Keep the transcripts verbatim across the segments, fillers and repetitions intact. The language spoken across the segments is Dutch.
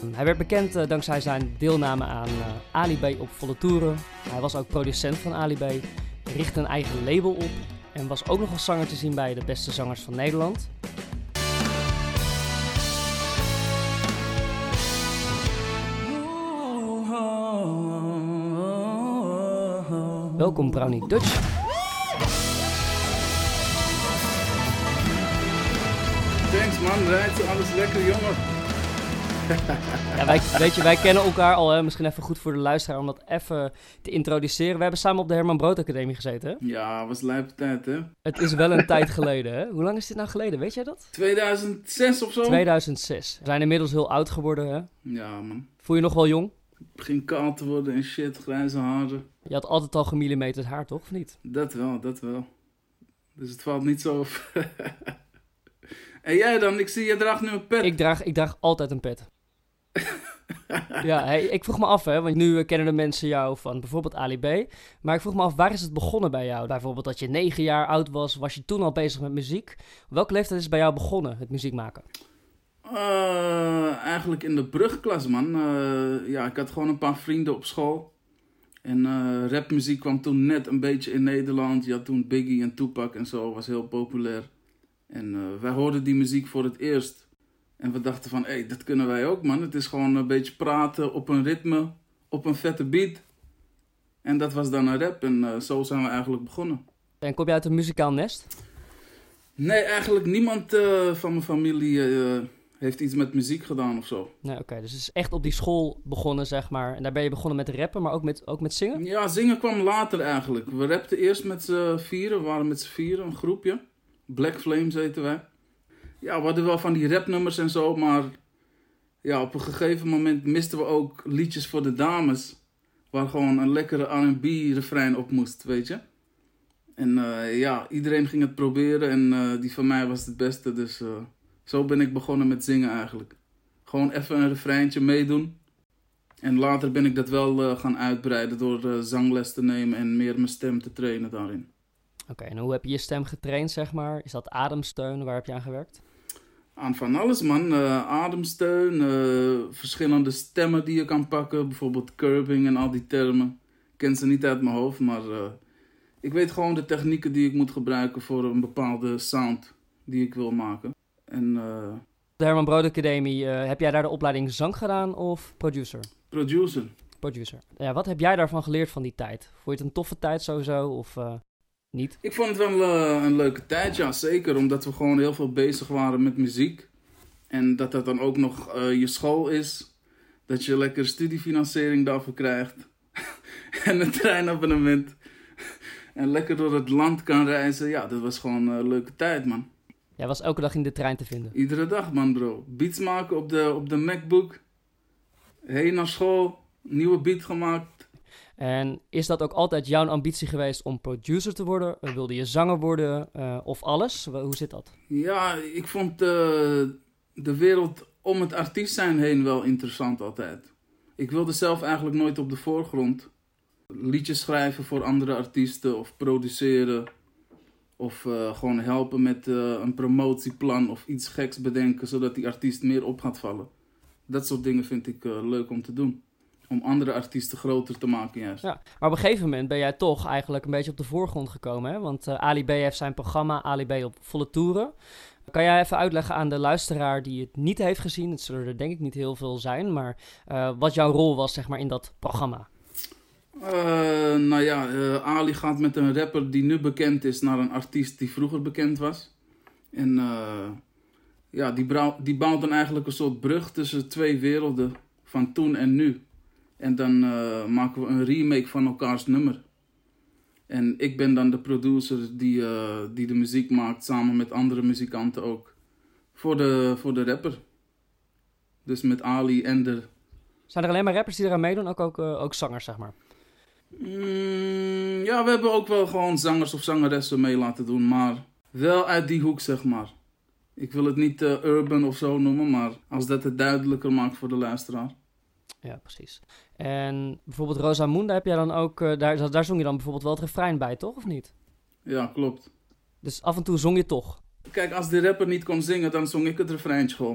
Hij werd bekend uh, dankzij zijn deelname aan uh, Ali B op volle toeren. Hij was ook producent van Ali B, richtte een eigen label op en was ook nog als zanger te zien bij de beste zangers van Nederland. Welkom Brownie Dutch. Thanks man, rijdt alles lekker jongen. Ja, wij, weet je, wij kennen elkaar al, hè? Misschien even goed voor de luisteraar om dat even te introduceren. We hebben samen op de Herman Brood Academie gezeten, hè? Ja, was lijpe tijd, hè? Het is wel een tijd geleden, hè? Hoe lang is dit nou geleden, weet jij dat? tweeduizend zes of zo? tweeduizend zes. We zijn inmiddels heel oud geworden, hè? Ja, man. Voel je nog wel jong? Ik begin kaal te worden en shit, grijze haren. Je had altijd al gemillimeterd haar, toch? Of niet? Dat wel, dat wel. Dus het valt niet zo op. En jij dan? Ik zie, je draagt nu een pet. Ik draag, ik draag altijd een pet. Ja, hey, ik vroeg me af, hè, want nu kennen de mensen jou van bijvoorbeeld Ali B. Maar ik vroeg me af, waar is het begonnen bij jou? Bijvoorbeeld dat je negen jaar oud was, was je toen al bezig met muziek? Op welke leeftijd is het bij jou begonnen, het muziek maken? Uh, eigenlijk in de brugklas, man. Uh, ja, ik had gewoon een paar vrienden op school. En uh, rapmuziek kwam toen net een beetje in Nederland. Je had toen Biggie en Tupac en zo, was heel populair. En uh, wij hoorden die muziek voor het eerst. En we dachten van, hé, hey, dat kunnen wij ook, man. Het is gewoon een beetje praten op een ritme, op een vette beat. En dat was dan een rap en uh, zo zijn we eigenlijk begonnen. En kom je uit een muzikaal nest? Nee, eigenlijk niemand uh, van mijn familie uh, heeft iets met muziek gedaan of zo. Nee, oké. Okay. Dus het is echt op die school begonnen, zeg maar. En daar ben je begonnen met rappen, maar ook met, ook met zingen? Ja, zingen kwam later eigenlijk. We rapten eerst met z'n vieren, we waren met z'n vieren, een groepje. Black Flames heten wij. Ja, we hadden wel van die rapnummers en zo, maar ja, op een gegeven moment misten we ook liedjes voor de dames. Waar gewoon een lekkere R en B refrein op moest, weet je. En uh, ja, iedereen ging het proberen en uh, die van mij was het beste. Dus uh, zo ben ik begonnen met zingen eigenlijk. Gewoon even een refreintje meedoen. En later ben ik dat wel uh, gaan uitbreiden door uh, zangles te nemen en meer mijn stem te trainen daarin. Oké, okay, en hoe heb je je stem getraind, zeg maar? Is dat ademsteun? Waar heb je aan gewerkt? Aan van alles, man. Uh, ademsteun, uh, verschillende stemmen die je kan pakken. Bijvoorbeeld curbing en al die termen. Ik ken ze niet uit mijn hoofd, maar uh, ik weet gewoon de technieken die ik moet gebruiken voor een bepaalde sound die ik wil maken. En, uh, de Herman Brood Academie, uh, heb jij daar de opleiding zang gedaan of producer? Producer. Producer. Ja, wat heb jij daarvan geleerd van die tijd? Vond je het een toffe tijd sowieso of uh, niet? Ik vond het wel uh, een leuke tijd, ja zeker. Omdat we gewoon heel veel bezig waren met muziek. En dat dat dan ook nog uh, je school is. Dat je lekker studiefinanciering daarvoor krijgt. En een treinabonnement. En lekker door het land kan reizen. Ja, dat was gewoon een leuke tijd, man. Jij was elke dag in de trein te vinden? Iedere dag, man, bro. Beats maken op de, op de MacBook. Heen naar school. Nieuwe beat gemaakt. En is dat ook altijd jouw ambitie geweest om producer te worden? Wilde je zanger worden uh, of alles? Hoe zit dat? Ja, ik vond uh, de wereld om het artiest zijn heen wel interessant altijd. Ik wilde zelf eigenlijk nooit op de voorgrond. Liedjes schrijven voor andere artiesten of produceren. Of uh, gewoon helpen met uh, een promotieplan of iets geks bedenken, zodat die artiest meer op gaat vallen. Dat soort dingen vind ik uh, leuk om te doen. Om andere artiesten groter te maken juist. Ja, maar op een gegeven moment ben jij toch eigenlijk een beetje op de voorgrond gekomen. Hè? Want uh, Ali B heeft zijn programma Ali B op volle toeren. Kan jij even uitleggen aan de luisteraar die het niet heeft gezien? Het zullen er denk ik niet heel veel zijn. Maar uh, wat jouw rol was zeg maar, in dat programma? Uh, nou ja, uh, Ali gaat met een rapper die nu bekend is naar een artiest die vroeger bekend was. En uh, ja, die, brouw- die bouwt dan eigenlijk een soort brug tussen twee werelden van toen en nu. En dan uh, maken we een remake van elkaars nummer. En ik ben dan de producer die, uh, die de muziek maakt samen met andere muzikanten ook. Voor de, voor de rapper. Dus met Ali en de... Zijn er alleen maar rappers die eraan meedoen? Ook, ook, uh, ook zangers, zeg maar? Mm, ja, we hebben ook wel gewoon zangers of zangeressen mee laten doen. Maar wel uit die hoek, zeg maar. Ik wil het niet uh, urban of zo noemen, maar als dat het duidelijker maakt voor de luisteraar. Ja, precies. En bijvoorbeeld Rosamunda heb jij dan ook... Uh, daar, daar zong je dan bijvoorbeeld wel het refrein bij, toch? Of niet? Ja, klopt. Dus af en toe zong je toch? Kijk, als de rapper niet kon zingen, dan zong ik het refreintje gewoon mee.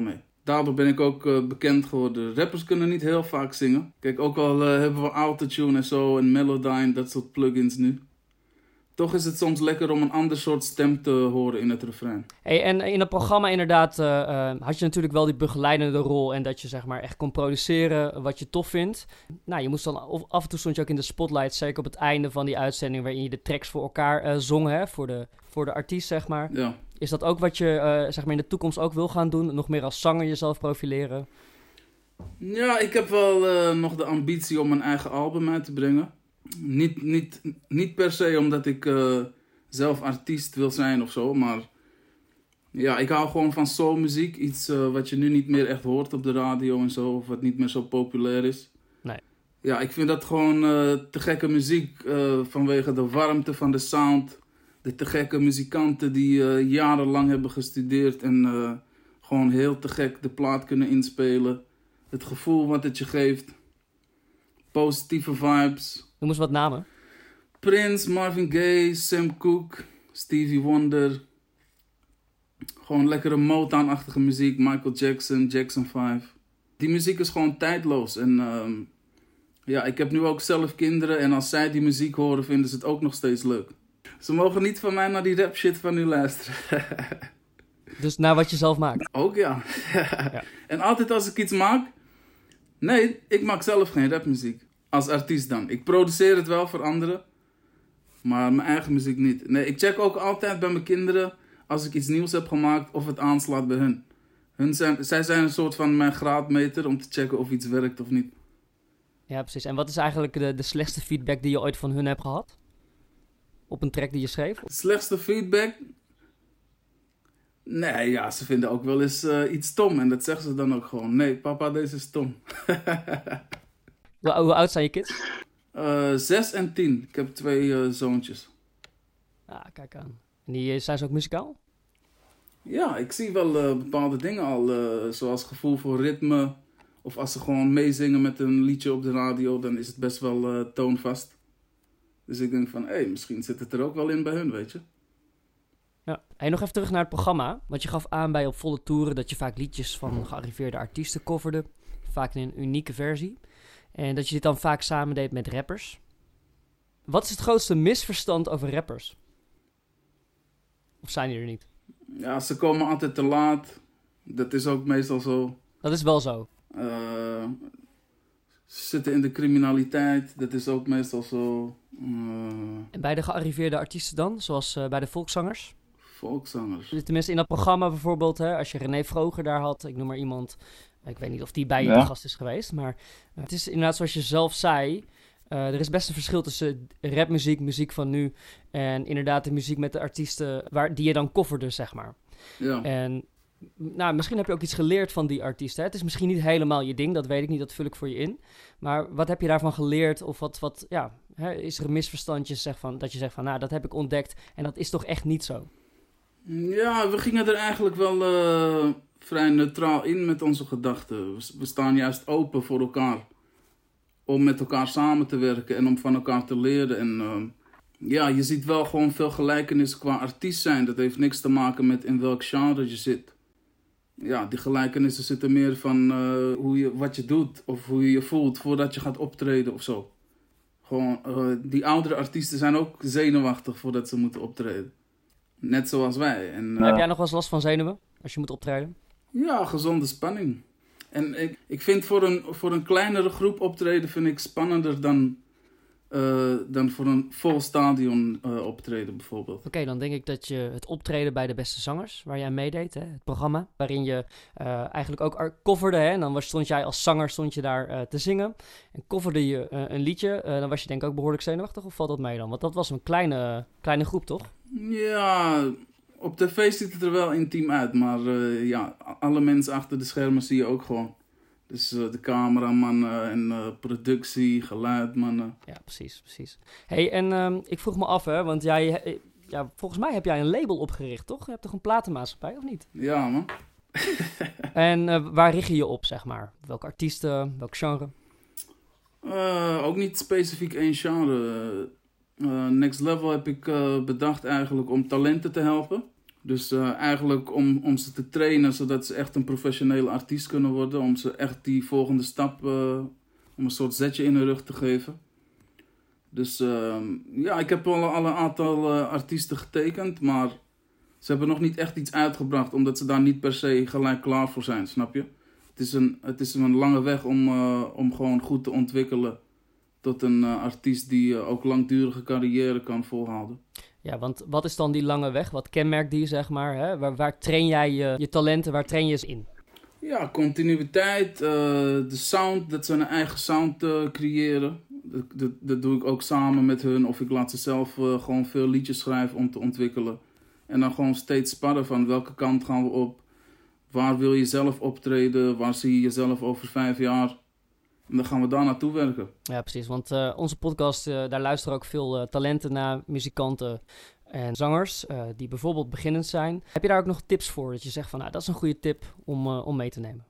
Daardoor ben ik ook uh, bekend geworden. Rappers kunnen niet heel vaak zingen. Kijk, ook al uh, hebben we Autotune en zo en Melodyne, dat soort plugins nu. Toch is het soms lekker om een ander soort stem te horen in het refrein. Hey, en in het programma inderdaad uh, uh, had je natuurlijk wel die begeleidende rol en dat je zeg maar echt kon produceren wat je tof vindt. Nou, je moest dan af en toe stond je ook in de spotlight, zeker op het einde van die uitzending waarin je de tracks voor elkaar uh, zong, hè, voor de, voor de artiest zeg maar. Ja. Is dat ook wat je uh, zeg maar in de toekomst ook wil gaan doen? Nog meer als zanger jezelf profileren? Ja, ik heb wel uh, nog de ambitie om een eigen album uit te brengen. Niet, niet, niet per se omdat ik uh, zelf artiest wil zijn of zo, maar ja, ik hou gewoon van soulmuziek. Iets uh, wat je nu niet meer echt hoort op de radio en zo, of wat niet meer zo populair is. Nee. Ja, ik vind dat gewoon uh, te gekke muziek uh, vanwege de warmte van de sound. De te gekke muzikanten die uh, jarenlang hebben gestudeerd en uh, gewoon heel te gek de plaat kunnen inspelen. Het gevoel wat het je geeft. Positieve vibes. Noem eens wat namen. Prince, Marvin Gaye, Sam Cooke, Stevie Wonder. Gewoon lekkere Motown-achtige muziek. Michael Jackson, Jackson vijf. Die muziek is gewoon tijdloos. En um, ja, ik heb nu ook zelf kinderen. En als zij die muziek horen, vinden ze het ook nog steeds leuk. Ze mogen niet van mij naar die rap shit van u luisteren. Dus naar wat je zelf maakt? Ook ja. Ja. En altijd als ik iets maak... Nee, ik maak zelf geen rapmuziek. Als artiest dan. Ik produceer het wel voor anderen. Maar mijn eigen muziek niet. Nee, ik check ook altijd bij mijn kinderen... als ik iets nieuws heb gemaakt of het aanslaat bij hun. hun zijn, zij zijn een soort van mijn graadmeter... om te checken of iets werkt of niet. Ja, precies. En wat is eigenlijk de, de slechtste feedback die je ooit van hun hebt gehad? Op een track die je schreef? De slechtste feedback? Nee, ja, ze vinden ook wel eens uh, iets stom. En dat zeggen ze dan ook gewoon. Nee, papa, deze is stom. hoe, hoe oud zijn je kids? Uh, zes en tien. Ik heb twee uh, zoontjes. Ah, kijk aan. En die, zijn ze ook muzikaal? Ja, ik zie wel uh, bepaalde dingen al. Uh, zoals gevoel voor ritme. Of als ze gewoon meezingen met een liedje op de radio. Dan is het best wel uh, toonvast. Dus ik denk van, hé, hey, misschien zit het er ook wel in bij hun, weet je. Ja. Hey, nog even terug naar het programma. Want je gaf aan bij Op Volle Toeren dat je vaak liedjes van gearriveerde artiesten coverde. Vaak in een unieke versie. En dat je dit dan vaak samen deed met rappers. Wat is het grootste misverstand over rappers? Of zijn die er niet? Ja, ze komen altijd te laat. Dat is ook meestal zo. Dat is wel zo. Uh, ze zitten in de criminaliteit. Dat is ook meestal zo. Uh, en bij de gearriveerde artiesten dan? Zoals uh, bij de volkszangers? Volkszangers. Tenminste in dat programma bijvoorbeeld. Hè, als je René Vroger daar had. Ik noem maar iemand. Ik weet niet of die bij je ja. gast is geweest. Maar uh, het is inderdaad zoals je zelf zei. Uh, er is best een verschil tussen rapmuziek, muziek van nu... en inderdaad de muziek met de artiesten waar, die je dan coverde, zeg maar. Ja. En nou, misschien heb je ook iets geleerd van die artiesten. Hè? Het is misschien niet helemaal je ding, dat weet ik niet, dat vul ik voor je in. Maar wat heb je daarvan geleerd? Of wat, wat ja, hè, is er een misverstandje zeg van, dat je zegt van... nou, dat heb ik ontdekt en dat is toch echt niet zo? Ja, we gingen er eigenlijk wel uh, vrij neutraal in met onze gedachten. We, we staan juist open voor elkaar... om met elkaar samen te werken en om van elkaar te leren. En uh, ja, je ziet wel gewoon veel gelijkenissen qua artiest zijn. Dat heeft niks te maken met in welk genre je zit. Ja, die gelijkenissen zitten meer van uh, hoe je, wat je doet of hoe je je voelt voordat je gaat optreden of zo. Gewoon, uh, die oudere artiesten zijn ook zenuwachtig voordat ze moeten optreden. Net zoals wij. En, uh, Heb jij nog wel eens last van zenuwen als je moet optreden? Ja, gezonde spanning. En ik, ik vind voor een, voor een kleinere groep optreden vind ik spannender dan, uh, dan voor een vol stadion uh, optreden bijvoorbeeld. Oké, okay, dan denk ik dat je het optreden bij de beste zangers, waar jij meedeed, hè, het programma, waarin je uh, eigenlijk ook coverde, hè, en dan was, stond jij als zanger stond je daar uh, te zingen en coverde je uh, een liedje, uh, dan was je denk ik ook behoorlijk zenuwachtig, of valt dat mee dan? Want dat was een kleine, kleine groep, toch? Ja, op tv ziet het er wel intiem uit, maar uh, ja, alle mensen achter de schermen zie je ook gewoon. Dus uh, de cameramannen en uh, productie, geluidmannen. Ja, precies, precies. Hey, en um, ik vroeg me af, hè, want jij, ja, volgens mij heb jij een label opgericht, toch? Je hebt toch een platenmaatschappij, of niet? Ja, man. En uh, waar richt je je op, zeg maar? Welke artiesten, welk genre? Uh, ook niet specifiek één genre. Uh, Next Level heb ik uh, bedacht eigenlijk om talenten te helpen. Dus uh, eigenlijk om, om ze te trainen zodat ze echt een professionele artiest kunnen worden. Om ze echt die volgende stap, uh, om een soort zetje in hun rug te geven. Dus uh, ja, ik heb al, al een aantal uh, artiesten getekend, maar ze hebben nog niet echt iets uitgebracht. Omdat ze daar niet per se gelijk klaar voor zijn, snap je? Het is een, het is een lange weg om, uh, om gewoon goed te ontwikkelen tot een uh, artiest die uh, ook langdurige carrière kan volhouden. Ja, want wat is dan die lange weg? Wat kenmerkt die, zeg maar? Hè? Waar, waar train jij je, je talenten, waar train je ze in? Ja, continuïteit, uh, de sound, dat ze een eigen sound uh, creëren. Dat, dat, dat doe ik ook samen met hun. Of ik laat ze zelf uh, gewoon veel liedjes schrijven om te ontwikkelen. En dan gewoon steeds sparren van welke kant gaan we op. Waar wil je zelf optreden? Waar zie je jezelf over vijf jaar? En dan gaan we daar naartoe werken. Ja, precies. Want uh, onze podcast, uh, daar luisteren ook veel uh, talenten naar, muzikanten en zangers, uh, die bijvoorbeeld beginnend zijn. Heb je daar ook nog tips voor? Dat je zegt van, nou, dat is een goede tip om, uh, om mee te nemen.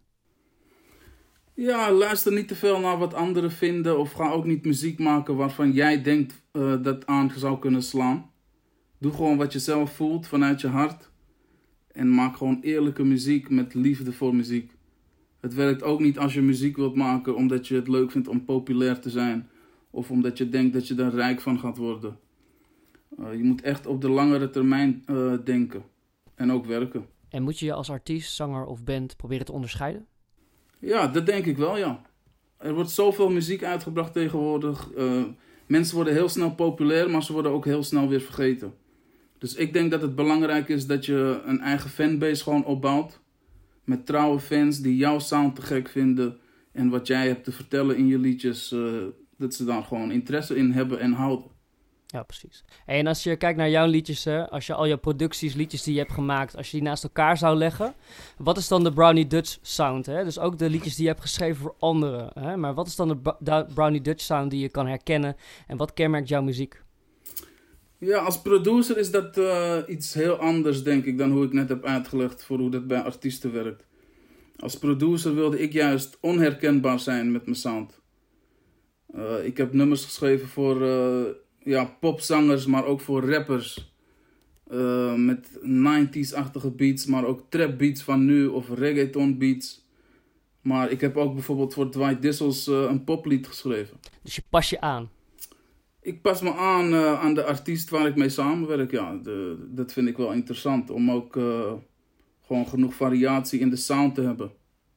Ja, luister niet te veel naar wat anderen vinden. Of ga ook niet muziek maken waarvan jij denkt uh, dat aan zou kunnen slaan. Doe gewoon wat je zelf voelt vanuit je hart. En maak gewoon eerlijke muziek met liefde voor muziek. Het werkt ook niet als je muziek wilt maken omdat je het leuk vindt om populair te zijn. Of omdat je denkt dat je daar rijk van gaat worden. Uh, je moet echt op de langere termijn uh, denken. En ook werken. En moet je je als artiest, zanger of band proberen te onderscheiden? Ja, dat denk ik wel, ja. Er wordt zoveel muziek uitgebracht tegenwoordig. Uh, mensen worden heel snel populair, maar ze worden ook heel snel weer vergeten. Dus ik denk dat het belangrijk is dat je een eigen fanbase gewoon opbouwt. Met trouwe fans die jouw sound te gek vinden. En wat jij hebt te vertellen in je liedjes. Uh, dat ze daar gewoon interesse in hebben en houden. Ja, precies. En als je kijkt naar jouw liedjes, hè, als je al je producties, liedjes die je hebt gemaakt, als je die naast elkaar zou leggen, wat is dan de Brownie Dutch sound? Hè? Dus ook de liedjes die je hebt geschreven voor anderen. Hè? Maar wat is dan de Bra- Brownie Dutch sound die je kan herkennen? En wat kenmerkt jouw muziek? Ja, als producer is dat uh, iets heel anders, denk ik, dan hoe ik net heb uitgelegd voor hoe dat bij artiesten werkt. Als producer wilde ik juist onherkenbaar zijn met mijn sound. Uh, ik heb nummers geschreven voor uh, ja, popzangers, maar ook voor rappers. Uh, met nineties-achtige beats, maar ook trap beats van nu of reggaeton beats. Maar ik heb ook bijvoorbeeld voor Dwight Dissels uh, een poplied geschreven. Dus je pas je aan? Ik pas me aan uh, aan de artiest waar ik mee samenwerk. Ja, de, dat vind ik wel interessant. Om ook uh, gewoon genoeg variatie in de sound te hebben.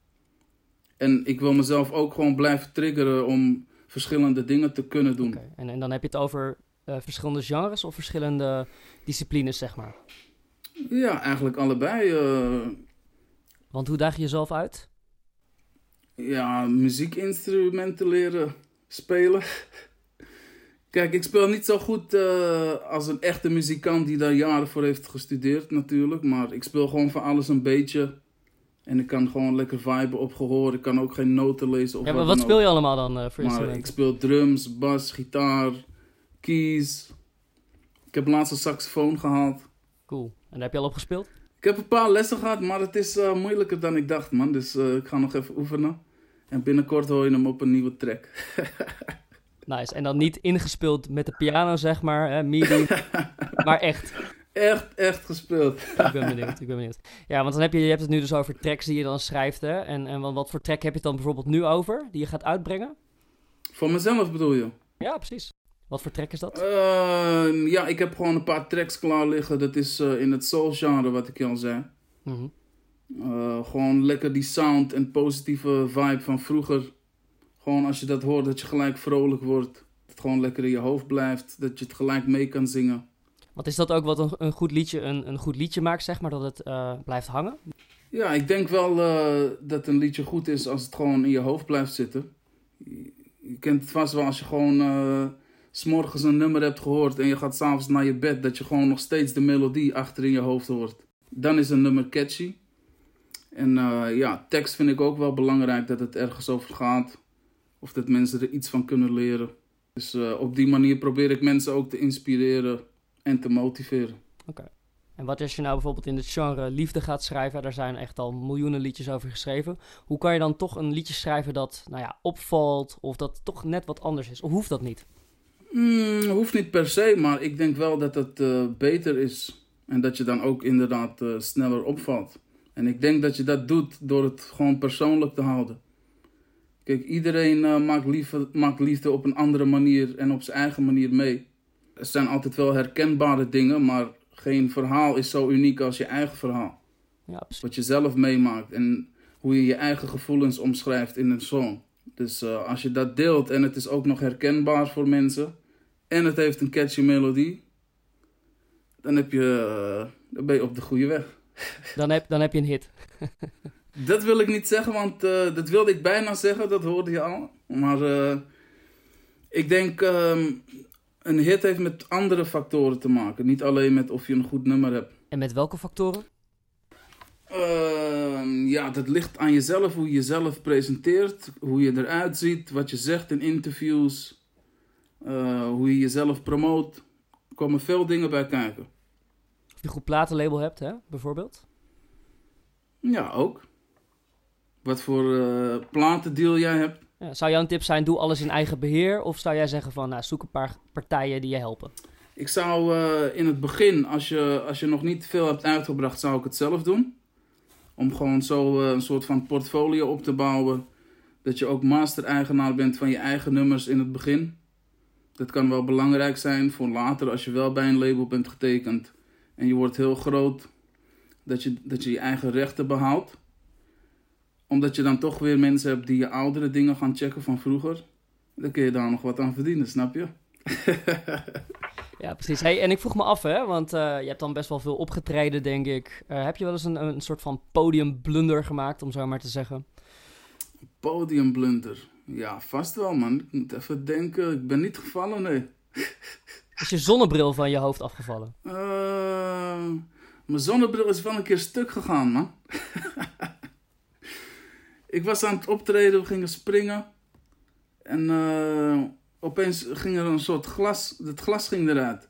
En ik wil mezelf ook gewoon blijven triggeren om verschillende dingen te kunnen doen. Okay. En, en dan heb je het over uh, verschillende genres of verschillende disciplines, zeg maar? Ja, eigenlijk allebei. Uh... Want hoe daag je jezelf uit? Ja, muziekinstrumenten leren spelen. Kijk, ik speel niet zo goed uh, als een echte muzikant die daar jaren voor heeft gestudeerd natuurlijk. Maar ik speel gewoon van alles een beetje. En ik kan gewoon lekker viben op gehoor. Ik kan ook geen noten lezen. Of ja, maar wat, wat speel je allemaal dan uh, voor instrumenten? Maar ik speel drums, bas, gitaar, keys. Ik heb laatst een saxofoon gehaald. Cool. En daar heb je al op gespeeld? Ik heb een paar lessen gehad, maar het is uh, moeilijker dan ik dacht, man. Dus uh, ik ga nog even oefenen. En binnenkort hoor je hem op een nieuwe track. Nice. En dan niet ingespeeld met de piano, zeg maar, hè, midi, maar echt. Echt, echt gespeeld. Ik ben benieuwd, ik ben benieuwd. Ja, want dan heb je, je hebt het nu dus over tracks die je dan schrijft, hè. En, en wat voor track heb je het dan bijvoorbeeld nu over, die je gaat uitbrengen? Voor mezelf bedoel je? Ja, precies. Wat voor track is dat? Uh, ja, ik heb gewoon een paar tracks klaar liggen. Dat is uh, in het soul genre, wat ik je al zei. Mm-hmm. Uh, gewoon lekker die sound en positieve vibe van vroeger. Gewoon als je dat hoort, dat je gelijk vrolijk wordt. Dat het gewoon lekker in je hoofd blijft. Dat je het gelijk mee kan zingen. Want is dat ook wat een, een goed liedje een, een goed liedje maakt, zeg maar, dat het uh, blijft hangen? Ja, ik denk wel uh, dat een liedje goed is als het gewoon in je hoofd blijft zitten. Je, je kent het vast wel als je gewoon uh, 's morgens een nummer hebt gehoord en je gaat 's avonds naar je bed, dat je gewoon nog steeds de melodie achter in je hoofd hoort. Dan is een nummer catchy. En uh, ja, tekst vind ik ook wel belangrijk, dat het ergens over gaat. Of dat mensen er iets van kunnen leren. Dus uh, op die manier probeer ik mensen ook te inspireren en te motiveren. Oké. Okay. En wat als je nou bijvoorbeeld in het genre liefde gaat schrijven, daar zijn echt al miljoenen liedjes over geschreven. Hoe kan je dan toch een liedje schrijven dat, nou ja, opvalt of dat toch net wat anders is? Of hoeft dat niet? Mm, hoeft niet per se, maar ik denk wel dat het uh, beter is En dat je dan ook inderdaad uh, sneller opvalt. En ik denk dat je dat doet door het gewoon persoonlijk te houden. Kijk, iedereen uh, maakt, liefde, maakt liefde op een andere manier en op zijn eigen manier mee. Er zijn altijd wel herkenbare dingen, maar geen verhaal is zo uniek als je eigen verhaal. Ja, wat je zelf meemaakt en hoe je je eigen gevoelens omschrijft in een song. Dus uh, als je dat deelt en het is ook nog herkenbaar voor mensen en het heeft een catchy melodie, dan, heb je, uh, dan ben je op de goede weg. Dan heb, dan heb je een hit. Dat wil ik niet zeggen, want uh, dat wilde ik bijna zeggen, dat hoorde je al. Maar uh, ik denk, um, een hit heeft met andere factoren te maken. Niet alleen met of je een goed nummer hebt. En met welke factoren? Uh, ja, dat ligt aan jezelf, hoe je jezelf presenteert, hoe je eruit ziet, wat je zegt in interviews, uh, hoe je jezelf promoot. Er komen veel dingen bij kijken. Of je een goed platenlabel hebt, hè, bijvoorbeeld? Ja, ook. Wat voor uh, platendeal jij hebt. Ja, zou jouw tip zijn, doe alles in eigen beheer? Of zou jij zeggen van, nou, zoek een paar partijen die je helpen? Ik zou uh, in het begin, als je, als je nog niet veel hebt uitgebracht, zou ik het zelf doen. Om gewoon zo uh, een soort van portfolio op te bouwen. Dat je ook master-eigenaar bent van je eigen nummers in het begin. Dat kan wel belangrijk zijn voor later als je wel bij een label bent getekend. En je wordt heel groot. Dat je dat je, je eigen rechten behoudt. Omdat je dan toch weer mensen hebt die je oudere dingen gaan checken van vroeger. Dan kun je daar nog wat aan verdienen, snap je? Ja, precies. Hey, en ik vroeg me af, hè, want uh, je hebt dan best wel veel opgetreden, denk ik. Uh, heb je wel eens een, een soort van podiumblunder gemaakt, om zo maar te zeggen? Podiumblunder? Ja, vast wel, man. Ik moet even denken. Ik ben niet gevallen, nee. Is je zonnebril van je hoofd afgevallen? Uh, mijn zonnebril is wel een keer stuk gegaan, man. Ik was aan het optreden, we gingen springen. En uh, opeens ging er een soort glas, het glas ging eruit.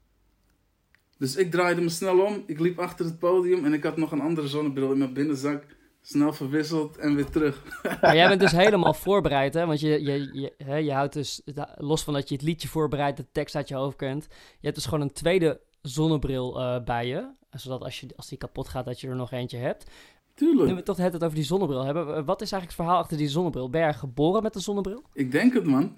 Dus ik draaide me snel om, ik liep achter het podium en ik had nog een andere zonnebril in mijn binnenzak. Snel verwisseld en weer terug. Maar jij bent dus helemaal voorbereid, hè? Want je, je, je, hè, je houdt dus, los van dat je het liedje voorbereidt, de tekst uit je hoofd kent. Je hebt dus gewoon een tweede zonnebril uh, bij je. Zodat als, je, als die kapot gaat, dat je er nog eentje hebt. Tuurlijk. Nu we toch het over die zonnebril hebben. Wat is eigenlijk het verhaal achter die zonnebril? Ben jij geboren met een zonnebril? Ik denk het, man.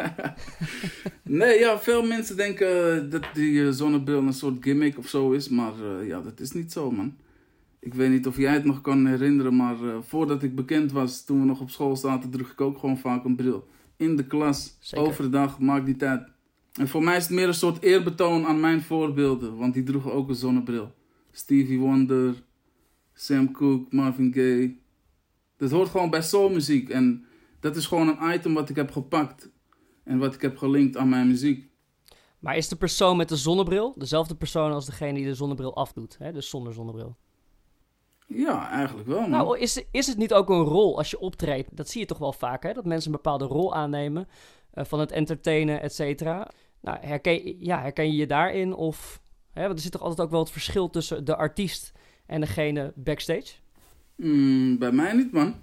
Nee, ja, veel mensen denken dat die uh, zonnebril een soort gimmick of zo is. Maar uh, ja, dat is niet zo, man. Ik weet niet of jij het nog kan herinneren, maar uh, voordat ik bekend was, toen we nog op school zaten, droeg ik ook gewoon vaak een bril. In de klas, Zeker. Overdag, maakt niet uit. En voor mij is het meer een soort eerbetoon aan mijn voorbeelden, want die droegen ook een zonnebril. Stevie Wonder, Sam Cooke, Marvin Gaye. Dat hoort gewoon bij soulmuziek en dat is gewoon een item wat ik heb gepakt en wat ik heb gelinkt aan mijn muziek. Maar is de persoon met de zonnebril dezelfde persoon als degene die de zonnebril afdoet, hè? Dus zonder zonnebril? Ja, eigenlijk wel, man. Nou, is, is het niet ook een rol als je optreedt? Dat zie je toch wel vaak, hè? Dat mensen een bepaalde rol aannemen uh, van het entertainen, et cetera. Nou, herken, ja, herken je je daarin? Of, hè? Want er zit toch altijd ook wel het verschil tussen de artiest en degene backstage? Mm, bij mij niet, man.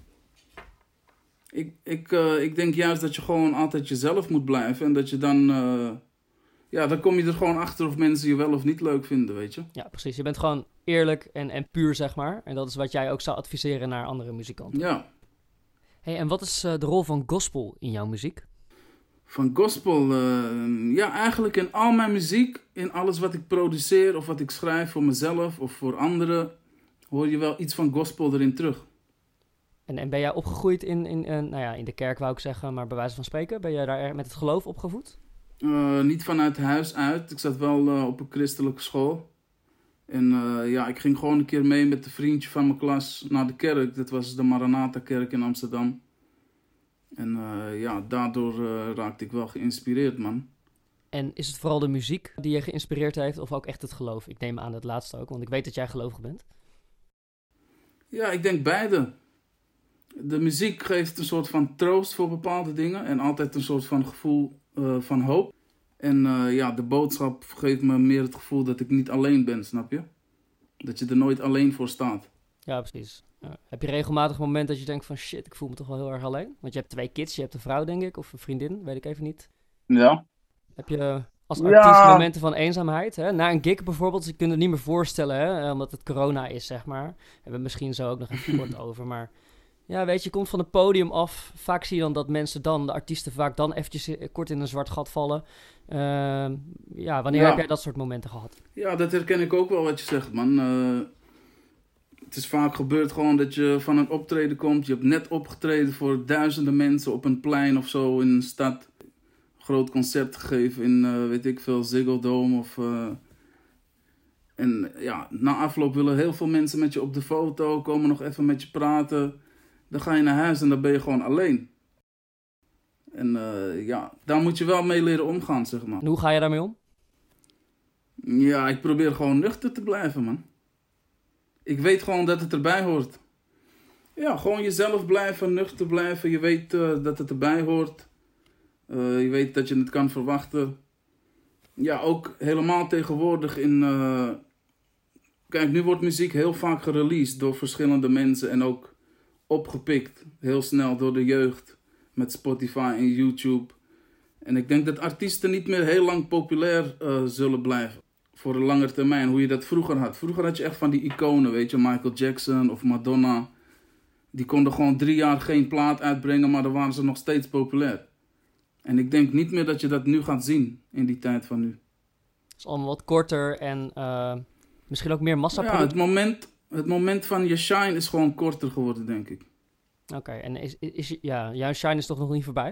Ik, ik, uh, ik denk juist dat je gewoon altijd jezelf moet blijven. En dat je dan... Uh, ja, dan kom je er gewoon achter of mensen je wel of niet leuk vinden, weet je. Ja, precies. Je bent gewoon eerlijk en, en puur, zeg maar. En dat is wat jij ook zou adviseren naar andere muzikanten. Ja. Hey, en wat is uh, de rol van gospel in jouw muziek? Van gospel? Uh, ja, eigenlijk in al mijn muziek, in alles wat ik produceer of wat ik schrijf voor mezelf of voor anderen, hoor je wel iets van gospel erin terug. En, en ben jij opgegroeid in, in, in, nou ja, in de kerk, wou ik zeggen, maar bij wijze van spreken? Ben jij daar met het geloof opgevoed? Uh, niet vanuit huis uit. Ik zat wel uh, op een christelijke school. En uh, ja, ik ging gewoon een keer mee met een vriendje van mijn klas naar de kerk. Dat was de Maranatha-kerk in Amsterdam. En uh, ja, daardoor uh, raakte ik wel geïnspireerd, man. En is het vooral de muziek die je geïnspireerd heeft of ook echt het geloof? Ik neem aan het laatste ook, want ik weet dat jij gelovig bent. Ja, ik denk beide. De muziek geeft een soort van troost voor bepaalde dingen en altijd een soort van gevoel uh, van hoop. En uh, ja, de boodschap geeft me meer het gevoel dat ik niet alleen ben, snap je? Dat je er nooit alleen voor staat. Ja, precies. Ja. Heb je regelmatig een moment dat je denkt van shit, ik voel me toch wel heel erg alleen? Want je hebt twee kids, je hebt een vrouw denk ik, of een vriendin, weet ik even niet. Ja. Heb je als artiest Ja. momenten van eenzaamheid? Hè? Na een gig bijvoorbeeld, je kunt het niet meer voorstellen, hè? eh, omdat het corona is, zeg maar. Daar hebben we misschien zo ook nog even kort over. Maar ja, weet je, je komt van het podium af. Vaak zie je dan dat mensen dan, de artiesten vaak dan eventjes eh, kort in een zwart gat vallen. Ehm, ja, wanneer Ja. heb jij dat soort momenten gehad? Ja, dat herken ik ook wel wat je zegt, man. Eh, het is vaak gebeurd gewoon dat je van een optreden komt. Je hebt net opgetreden voor duizenden mensen op een plein of zo in een stad. Groot concert gegeven in, eh, weet ik veel, Ziggo Dome of... eh, en ja, na afloop willen heel veel mensen met je op de foto, komen nog even met je praten. Dan ga je naar huis en dan ben je gewoon alleen. En eh, ja, daar moet je wel mee leren omgaan, zeg maar. En hoe ga je daarmee om? Ja, ik probeer gewoon nuchter te blijven, man. Ik weet gewoon dat het erbij hoort. Ja, gewoon jezelf blijven, nuchter blijven. Je weet eh, dat het erbij hoort. Uh, je weet dat je het kan verwachten. Ja, ook helemaal tegenwoordig in... Uh... Kijk, nu wordt muziek heel vaak gereleased door verschillende mensen. En ook opgepikt, heel snel door de jeugd. Met Spotify en YouTube. En ik denk dat artiesten niet meer heel lang populair uh, zullen blijven. Voor een lange termijn, hoe je dat vroeger had. Vroeger had je echt van die iconen, weet je. Michael Jackson of Madonna. Die konden gewoon drie jaar geen plaat uitbrengen, maar dan waren ze nog steeds populair. En ik denk niet meer dat je dat nu gaat zien in die tijd van nu. Het is allemaal wat korter en uh, misschien ook meer massaproductie. Ja, het moment, het moment van je shine is gewoon korter geworden, denk ik. Oké, okay, en is, is, is, ja, jouw shine is toch nog niet voorbij?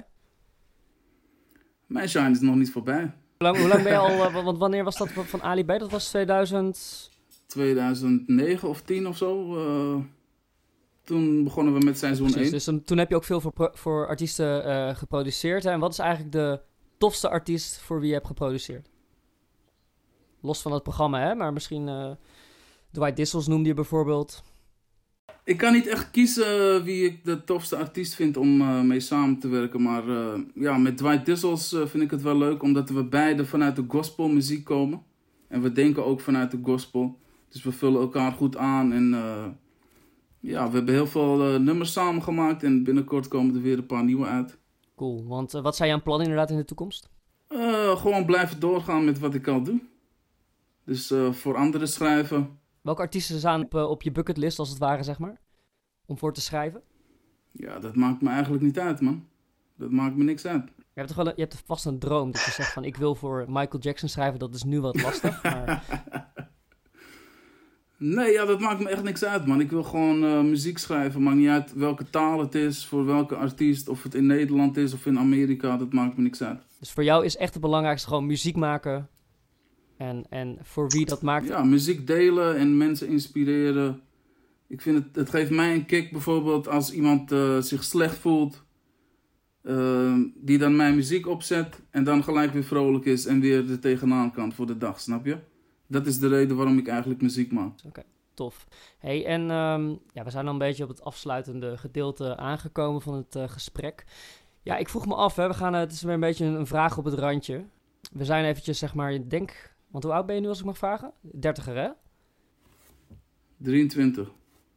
Mijn shine is nog niet voorbij. Hoe lang, hoe lang ben je al, uh, want wanneer was dat van Ali B? Dat was tweeduizend... tweeduizend negen of tien of zo. Uh, toen begonnen we met seizoen Precies, één. Dus toen, toen heb je ook veel voor, pro- voor artiesten uh, geproduceerd. Hè? En wat is eigenlijk de tofste artiest voor wie je hebt geproduceerd? Los van het programma, hè? Maar misschien uh, Dwight Dissels noemde je bijvoorbeeld. Ik kan niet echt kiezen wie ik de tofste artiest vind om uh, mee samen te werken. Maar uh, ja, met Dwight Dissels uh, vind ik het wel leuk. Omdat we beide vanuit de gospelmuziek komen. En we denken ook vanuit de gospel. Dus we vullen elkaar goed aan. En uh, ja, we hebben heel veel uh, nummers samengemaakt. En binnenkort komen er weer een paar nieuwe uit. Cool, want uh, wat zijn jouw plannen inderdaad in de toekomst? Uh, gewoon blijven doorgaan met wat ik al doe. Dus uh, voor anderen schrijven. Welke artiesten staan op, uh, op je bucketlist als het ware, zeg maar? Om voor te schrijven? Ja, dat maakt me eigenlijk niet uit, man. Dat maakt me niks uit. Je hebt, toch wel een, je hebt vast een droom dat je zegt van... ik wil voor Michael Jackson schrijven, dat is nu wat lastig, maar... Nee, ja, dat maakt me echt niks uit, man. Ik wil gewoon uh, muziek schrijven. Maakt niet uit welke taal het is, voor welke artiest. Of het in Nederland is of in Amerika, dat maakt me niks uit. Dus voor jou is echt het belangrijkste gewoon muziek maken... En, en voor wie dat maakt... Ja, muziek delen en mensen inspireren. Ik vind het, het geeft mij een kick bijvoorbeeld als iemand uh, zich slecht voelt. Uh, die dan mijn muziek opzet en dan gelijk weer vrolijk is en weer er tegenaan kan voor de dag, snap je? Dat is de reden waarom ik eigenlijk muziek maak. Oké, okay, tof. Hey, en um, ja, we zijn dan een beetje op het afsluitende gedeelte aangekomen van het uh, gesprek. Ja, ik vroeg me af, hè, we gaan, uh, het is weer een beetje een, een vraag op het randje. We zijn eventjes, zeg maar, ik denk... Want hoe oud ben je nu als ik mag vragen? Dertiger, hè? drieëntwintig.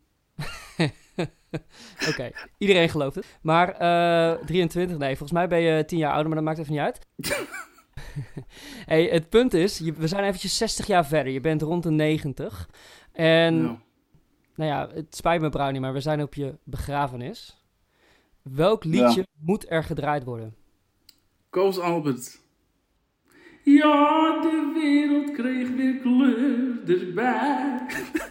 Oké, okay. Iedereen gelooft het. Maar uh, drieëntwintig, nee, volgens mij ben je tien jaar ouder, maar dat maakt even niet uit. Hey, het punt is, je, we zijn eventjes zestig jaar verder. Je bent rond de negentig. En, ja. nou ja, het spijt me Brownie, maar we zijn op je begrafenis. Welk liedje ja. moet er gedraaid worden? Koos Albert. Ja, de wereld kreeg weer kleur erbij.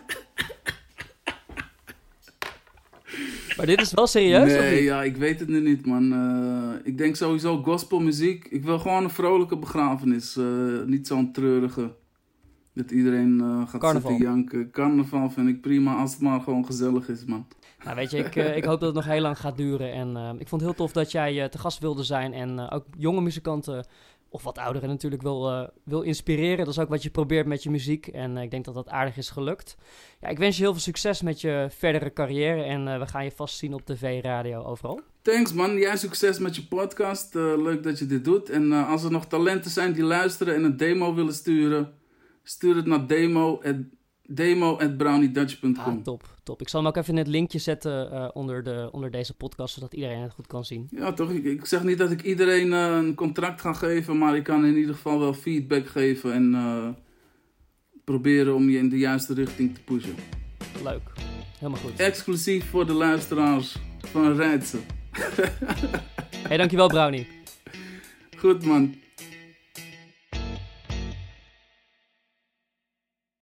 Maar dit is wel serieus, nee, of niet? Ja, ik weet het nu niet, man. Uh, ik denk sowieso gospelmuziek. Ik wil gewoon een vrolijke begrafenis. Uh, niet zo'n treurige. Dat iedereen uh, gaat Carnaval. zitten janken. Carnaval vind ik prima, als het maar gewoon gezellig is, man. Nou, weet je, ik, uh, ik hoop dat het nog heel lang gaat duren. En uh, ik vond het heel tof dat jij uh, te gast wilde zijn. En uh, ook jonge muzikanten... Of wat ouderen natuurlijk wil, uh, wil inspireren. Dat is ook wat je probeert met je muziek. En uh, ik denk dat dat aardig is gelukt. Ja, ik wens je heel veel succes met je verdere carrière. En uh, we gaan je vast zien op tv, radio, overal. Thanks man, jij succes met je podcast. Uh, leuk dat je dit doet. En uh, als er nog talenten zijn die luisteren en een demo willen sturen... stuur het naar demo at demo at browniedutch punt com. Ah, top, top. Ik zal hem ook even in het linkje zetten uh, onder, de, onder deze podcast, zodat iedereen het goed kan zien. Ja, toch? Ik, ik zeg niet dat ik iedereen uh, een contract ga geven, maar ik kan in ieder geval wel feedback geven en uh, proberen om je in de juiste richting te pushen. Leuk. Helemaal goed. Exclusief voor de luisteraars van Rijtse. Hey, dankjewel Brownie. Goed man.